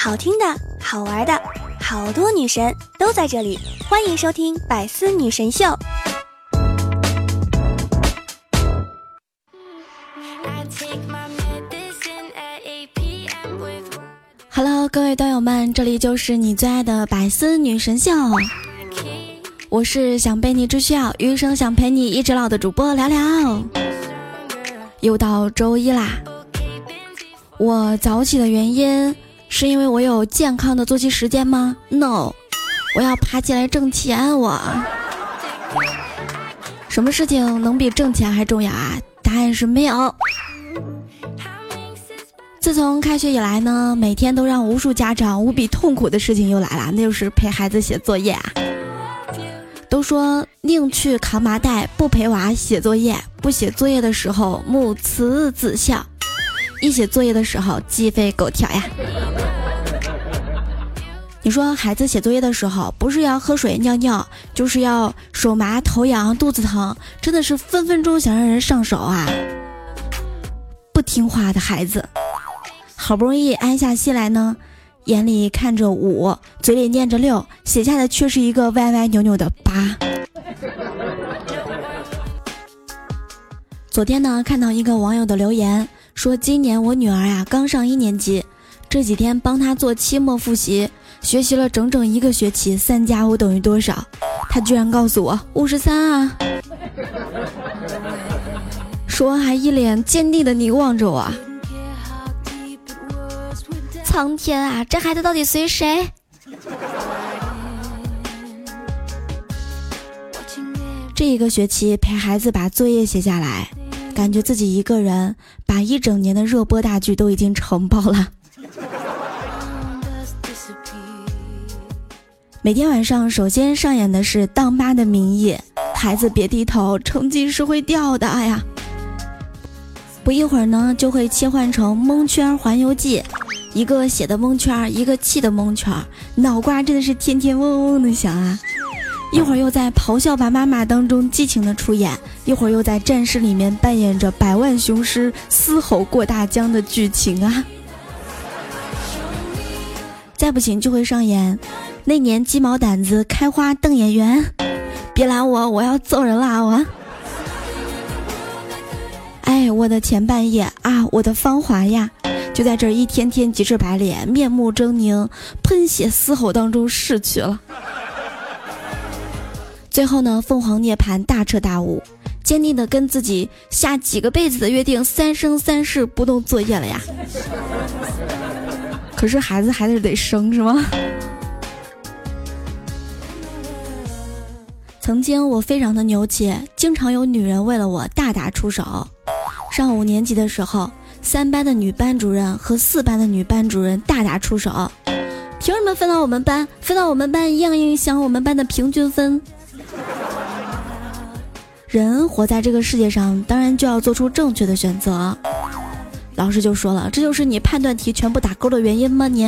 好听的、好玩的，好多女神都在这里，欢迎收听百思女神秀。Hello， 各位段友们，这里就是你最爱的百思女神秀，我是想被你只需要，余生想陪你一直老的主播聊聊。又到周一啦，我早起的原因是因为我有健康的作息时间吗 ？No， 我要爬起来挣钱。什么事情能比挣钱还重要啊？答案是没有。自从开学以来呢，每天都让无数家长无比痛苦的事情又来了，那就是陪孩子写作业啊。都说宁去扛麻袋，不陪娃写作业。不写作业的时候母慈子孝，一写作业的时候鸡飞狗跳呀。你说孩子写作业的时候，不是要喝水尿尿，就是要手麻头痒肚子疼，真的是分分钟想让人上手啊。不听话的孩子，好不容易安下心来呢，眼里看着5，嘴里念着6，写下的却是一个歪歪扭扭的8。昨天呢，看到一个网友的留言，说今年我女儿呀刚上1年级，这几天帮她做期末复习，学习了整整1个学期，3加5等于多少？她居然告诉我53啊！说还一脸坚定的凝望着我。苍天啊，这孩子到底随谁？这一个学期陪孩子把作业写下来，感觉自己一个人把1整年的热播大剧都已经承包了。每天晚上首先上演的是当妈的名义，孩子别低头，成绩是会掉的。哎呀，不一会儿呢就会切换成蒙圈环游记，一个写的蒙圈，一个气的蒙圈，脑瓜真的是天天嗡嗡的响啊。一会儿又在咆哮吧妈妈当中激情的出演，一会儿又在战士里面扮演着百万雄师嘶吼过大江的剧情啊。再不行就会上演那年鸡毛掸子开花瞪眼圆，别拦我，我要揍人啦我。哎，我的前半夜啊，我的芳华呀，就在这一天天急赤白脸，面目狰狞，喷血嘶吼当中逝去了。最后呢，凤凰涅槃，大彻大悟，坚定的跟自己下几个辈子的约定，3生3世不动作业了呀。可是孩子还是得生是吗？曾经我非常的牛气，经常有女人为了我大打出手。上5年级的时候，3班的女班主任和4班的女班主任大打出手，凭什么分到我们班？分到我们班一样影响我们班的平均分。人活在这个世界上，当然就要做出正确的选择。老师就说了，这就是你判断题全部打勾的原因吗？你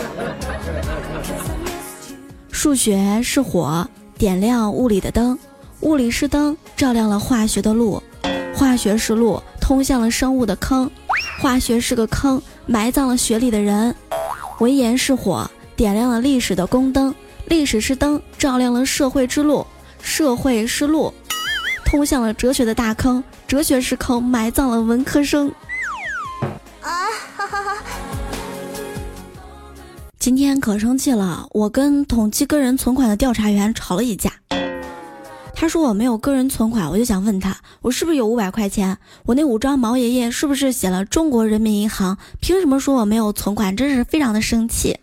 数学是火，点亮物理的灯；物理是灯，照亮了化学的路；化学是路，通向了生物的坑；化学是个坑，埋葬了学里的人；文言是火，点亮了历史的宫灯；历史是灯，照亮了社会之路；社会是路，通向了哲学的大坑；哲学是坑，埋葬了文科生。今天可生气了，我跟统计个人存款的调查员吵了一架。他说我没有个人存款，我就想问他，我是不是有500块钱？我那5张毛爷爷是不是写了中国人民银行？凭什么说我没有存款？真是非常的生气。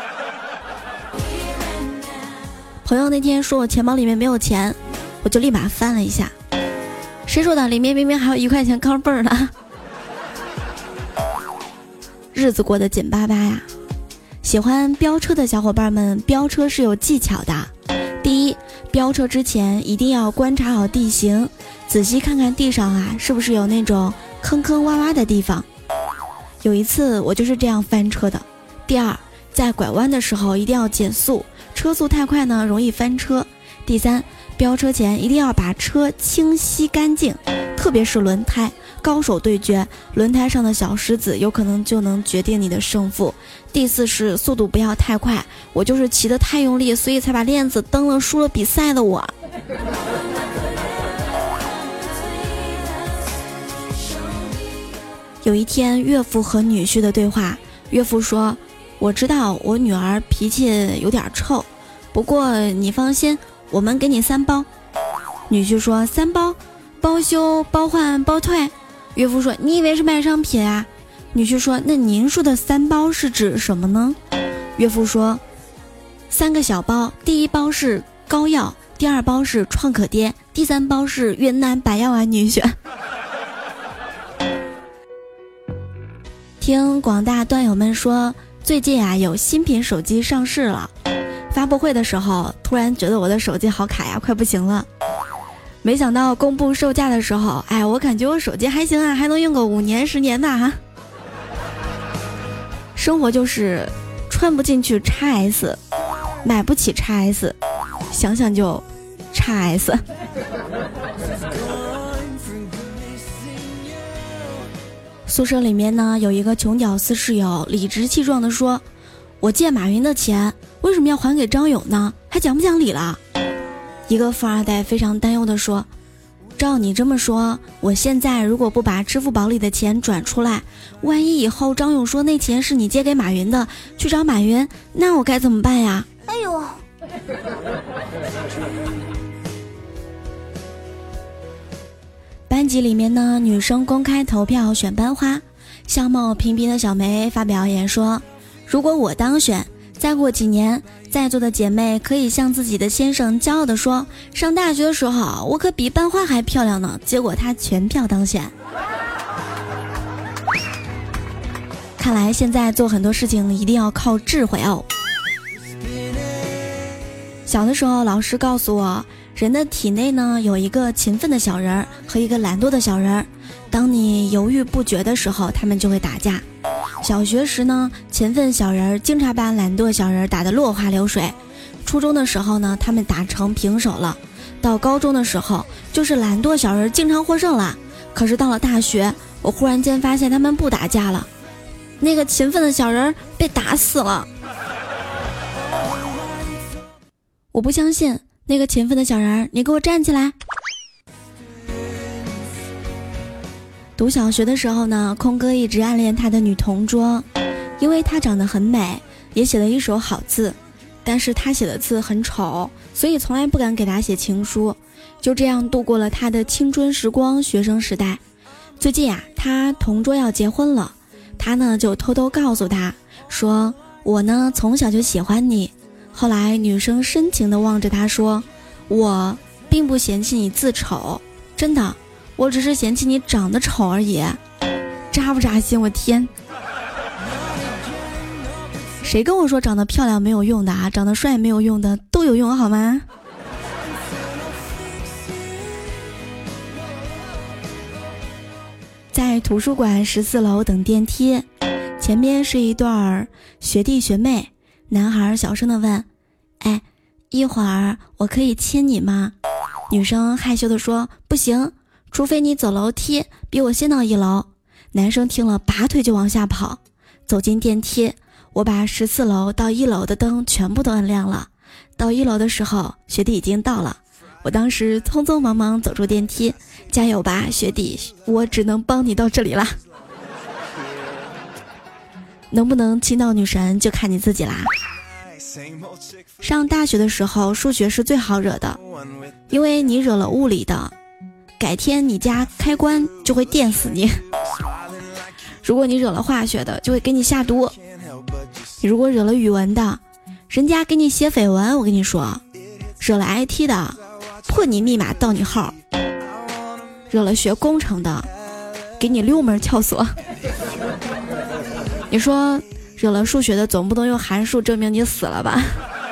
朋友那天说我钱包里面没有钱，我就立马翻了一下，谁说的？里面明明还有1块钱钢镚呢。日子过得紧巴巴呀。喜欢飙车的小伙伴们，飙车是有技巧的。第一，飙车之前一定要观察好地形，仔细看看地上啊是不是有那种坑坑洼洼的地方。有一次我就是这样翻车的。第二，在拐弯的时候一定要减速，车速太快呢容易翻车。第三，飙车前一定要把车清洗干净，特别是轮胎， 高手对决，轮胎上的小石子有可能就能决定你的胜负。第4是速度不要太快，我就是骑得太用力，所以才把链子蹬了，输了比赛的我。有一天，岳父和女婿的对话，岳父说，我知道我女儿脾气有点臭，不过你放心，我们给你3包。女婿说3包，包修包换包退。岳父说，你以为是卖商品啊？女婿说，那您说的3包是指什么呢？岳父说，3个小包，第1包是膏药，第2包是创可贴，第3包是云南白药丸女婿。听广大段友们说，最近啊有新品手机上市了。发布会的时候，突然觉得我的手机好卡呀，快不行了。没想到公布售价的时候，我感觉我手机还行啊，还能用个5年10年呢。生活就是穿不进去 XS， 买不起 XS， 想想就 XS。宿舍里面呢，有一个穷屌丝室友，理直气壮地说，我借马云的钱为什么要还给张勇呢？还讲不讲理了？一个富二代非常担忧地说，照你这么说，我现在如果不把支付宝里的钱转出来，万一以后张勇说那钱是你借给马云的，去找马云，那我该怎么办呀？哎呦！班级里面呢，女生公开投票选班花，相貌平平的小梅发表言说，如果我当选，再过几年，在座的姐妹可以向自己的先生骄傲地说，上大学的时候我可比班花还漂亮呢。结果她全票当选。看来现在做很多事情一定要靠智慧哦。小的时候老师告诉我，人的体内呢有一个勤奋的小人和一个懒惰的小人，当你犹豫不决的时候，他们就会打架。小学时呢，勤奋小人经常把懒惰小人打得落花流水。初中的时候呢，他们打成平手了。到高中的时候，就是懒惰小人经常获胜了。可是到了大学，我忽然间发现他们不打架了，那个勤奋的小人被打死了。我不相信，那个勤奋的小人，你给我站起来！读小学的时候呢，空哥一直暗恋他的女同桌，因为她长得很美，也写了一手好字，但是他写的字很丑，所以从来不敢给他写情书。就这样度过了他的青春时光，学生时代。最近啊，他同桌要结婚了，他呢就偷偷告诉他说，我呢从小就喜欢你。后来女生深情地望着他说，我并不嫌弃你字丑，真的，我只是嫌弃你长得丑而已。扎不扎心？我天，谁跟我说长得漂亮没有用的啊？长得帅没有用的，都有用好吗？在图书馆14楼等电梯，前面是一对学弟学妹，男孩小声地问，一会儿我可以亲你吗？女生害羞地说，不行，除非你走楼梯比我先到1楼。男生听了拔腿就往下跑。走进电梯，我把14楼到1楼的灯全部都按亮了。到1楼的时候，学弟已经到了。我当时匆匆忙忙走出电梯，加油吧学弟，我只能帮你到这里啦。能不能亲到女神就看你自己啦。上大学的时候，数学是最好惹的，因为你惹了物理的，改天你家开关就会电死你。如果你惹了化学的，就会给你下毒。如果惹了语文的，人家给你写绯闻。我跟你说，惹了 IT 的，破你密码盗你号。惹了学工程的，给你6门撬锁。你说惹了数学的，总不能用函数证明你死了吧？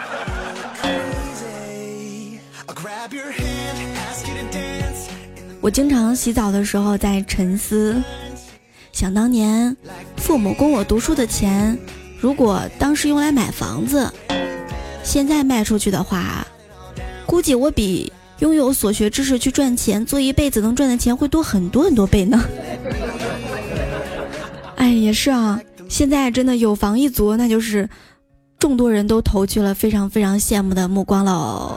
我经常洗澡的时候在沉思，想当年父母供我读书的钱，如果当时用来买房子，现在卖出去的话，估计我比拥有所学知识去赚钱，做一辈子能赚的钱会多很多很多倍呢。哎，也是啊，现在真的有房一族，那就是众多人都投去了非常非常羡慕的目光喽。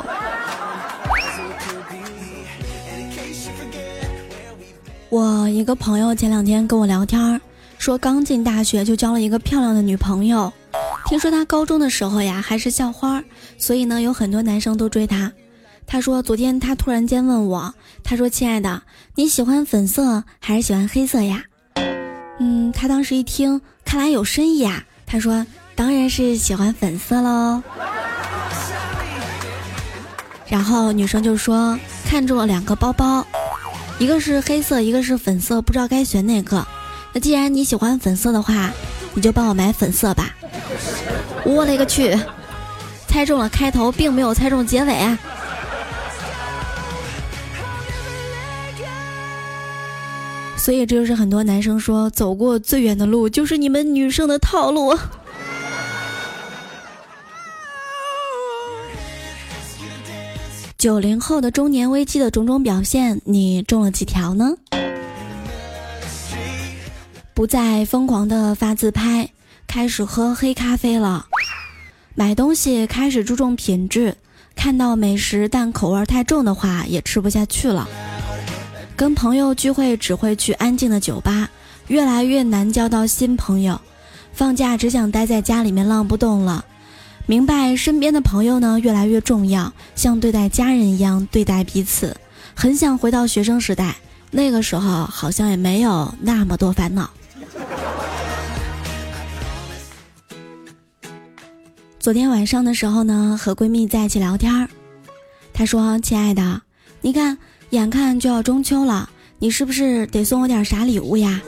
我一个朋友前2天跟我聊天，说刚进大学就交了一个漂亮的女朋友，听说他高中的时候呀还是校花，所以呢有很多男生都追他。他说昨天他突然间问我，他说亲爱的，你喜欢粉色还是喜欢黑色呀？他当时一听，看来有深意啊，他说当然是喜欢粉色喽。然后女生就说看中了2个包包，一个是黑色，一个是粉色，不知道该选哪个。那既然你喜欢粉色的话，你就帮我买粉色吧。我勒个去，猜中了开头，并没有猜中结尾啊。所以这就是很多男生说走过最远的路就是你们女生的套路。90后的中年危机的种种表现，你中了几条呢？不再疯狂的发自拍，开始喝黑咖啡了。买东西开始注重品质，看到美食但口味太重的话也吃不下去了。跟朋友聚会只会去安静的酒吧，越来越难交到新朋友。放假只想待在家里面浪不动了。明白身边的朋友呢越来越重要，像对待家人一样对待彼此。很想回到学生时代，那个时候好像也没有那么多烦恼。昨天晚上的时候呢，和闺蜜在一起聊天，她说亲爱的，你看眼看就要中秋了，你是不是得送我点啥礼物呀？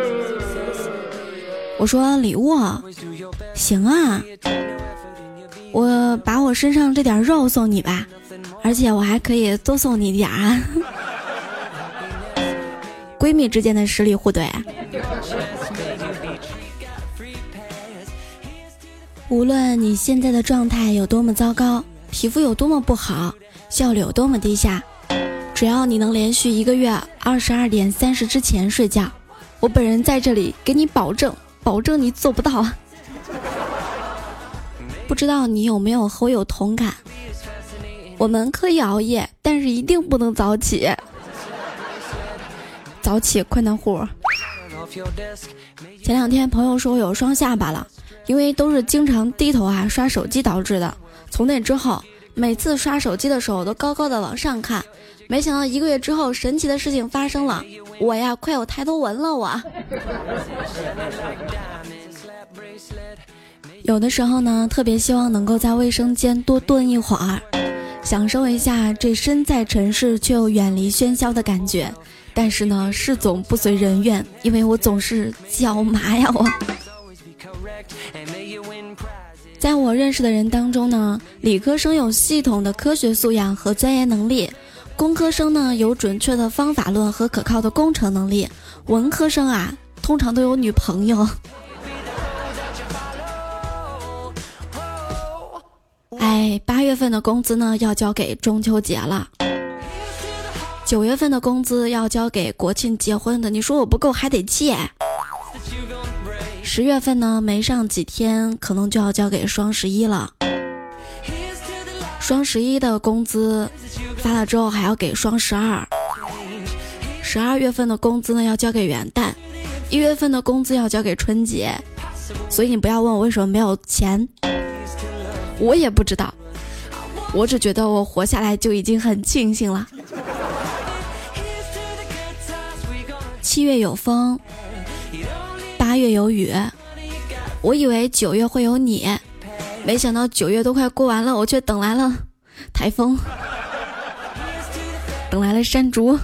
我说礼物行啊，我把我身上这点肉送你吧，而且我还可以多送你点啊。闺蜜之间的实力互怼。无论你现在的状态有多么糟糕，皮肤有多么不好，效率有多么低下，只要你能连续1个月22点30之前睡觉，我本人在这里给你保证你做不到啊。不知道你有没有和我有同感？我们可以熬夜，但是一定不能早起。早起困难户。前2天朋友说我有双下巴了，因为都是经常低头刷手机导致的。从那之后，每次刷手机的时候都高高的往上看。没想到1个月之后，神奇的事情发生了，我呀快有抬头纹了我。有的时候呢，特别希望能够在卫生间多蹲一会儿，享受一下这身在尘世却又远离喧嚣的感觉。但是呢，事总不随人愿，因为我总是脚麻呀我。在我认识的人当中呢，理科生有系统的科学素养和钻研能力，工科生呢有准确的方法论和可靠的工程能力，文科生通常都有女朋友。8月份的工资呢要交给中秋节了，9月份的工资要交给国庆结婚的，你说我不够还得借。10月份呢没上几天，可能就要交给双11了。双11的工资发了之后还要给双12。12月份的工资呢要交给元旦，1月份的工资要交给春节。所以你不要问我为什么没有钱，我也不知道，我只觉得我活下来就已经很庆幸了。7月有风，8月有雨，我以为9月会有你，没想到9月都快过完了，我却等来了台风，等来了山竹。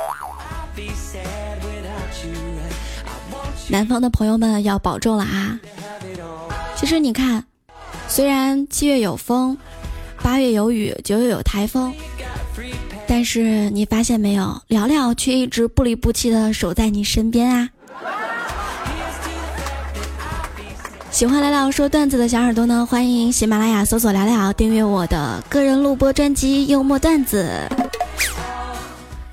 南方的朋友们要保重了啊！其实你看，虽然7月有风，8月有雨，9月有台风，但是你发现没有，聊聊却一直不离不弃的守在你身边啊！喜欢聊聊说段子的小耳朵呢，欢迎喜马拉雅搜索聊聊，订阅我的个人录播专辑幽默段子。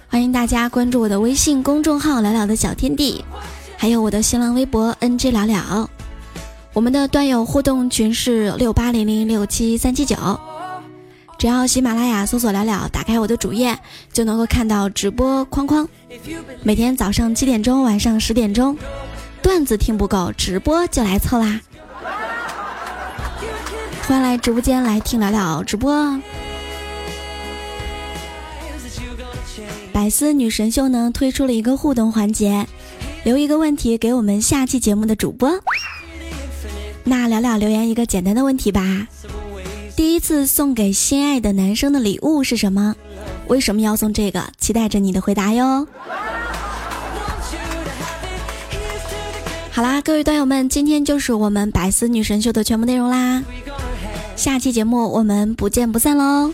欢迎大家关注我的微信公众号聊聊的小天地，还有我的新浪微博 NG 聊聊。我们的端友互动群是6800673779，只要喜马拉雅搜索聊聊，打开我的主页就能够看到直播框框。每天早上7点钟，晚上10点钟，段子听不够，直播就来凑啦！欢迎来直播间来听聊聊直播。百思女神秀呢推出了一个互动环节，留一个问题给我们下期节目的主播。那聊聊留言一个简单的问题吧。第一次送给心爱的男生的礼物是什么？为什么要送这个？期待着你的回答哟。好啦，各位段友们，今天就是我们百思女神秀的全部内容啦。下期节目我们不见不散喽。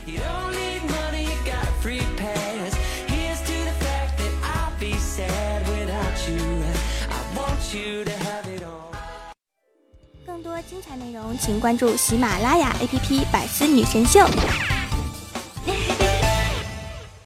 更多精彩内容请关注喜马拉雅 APP 百思女神秀。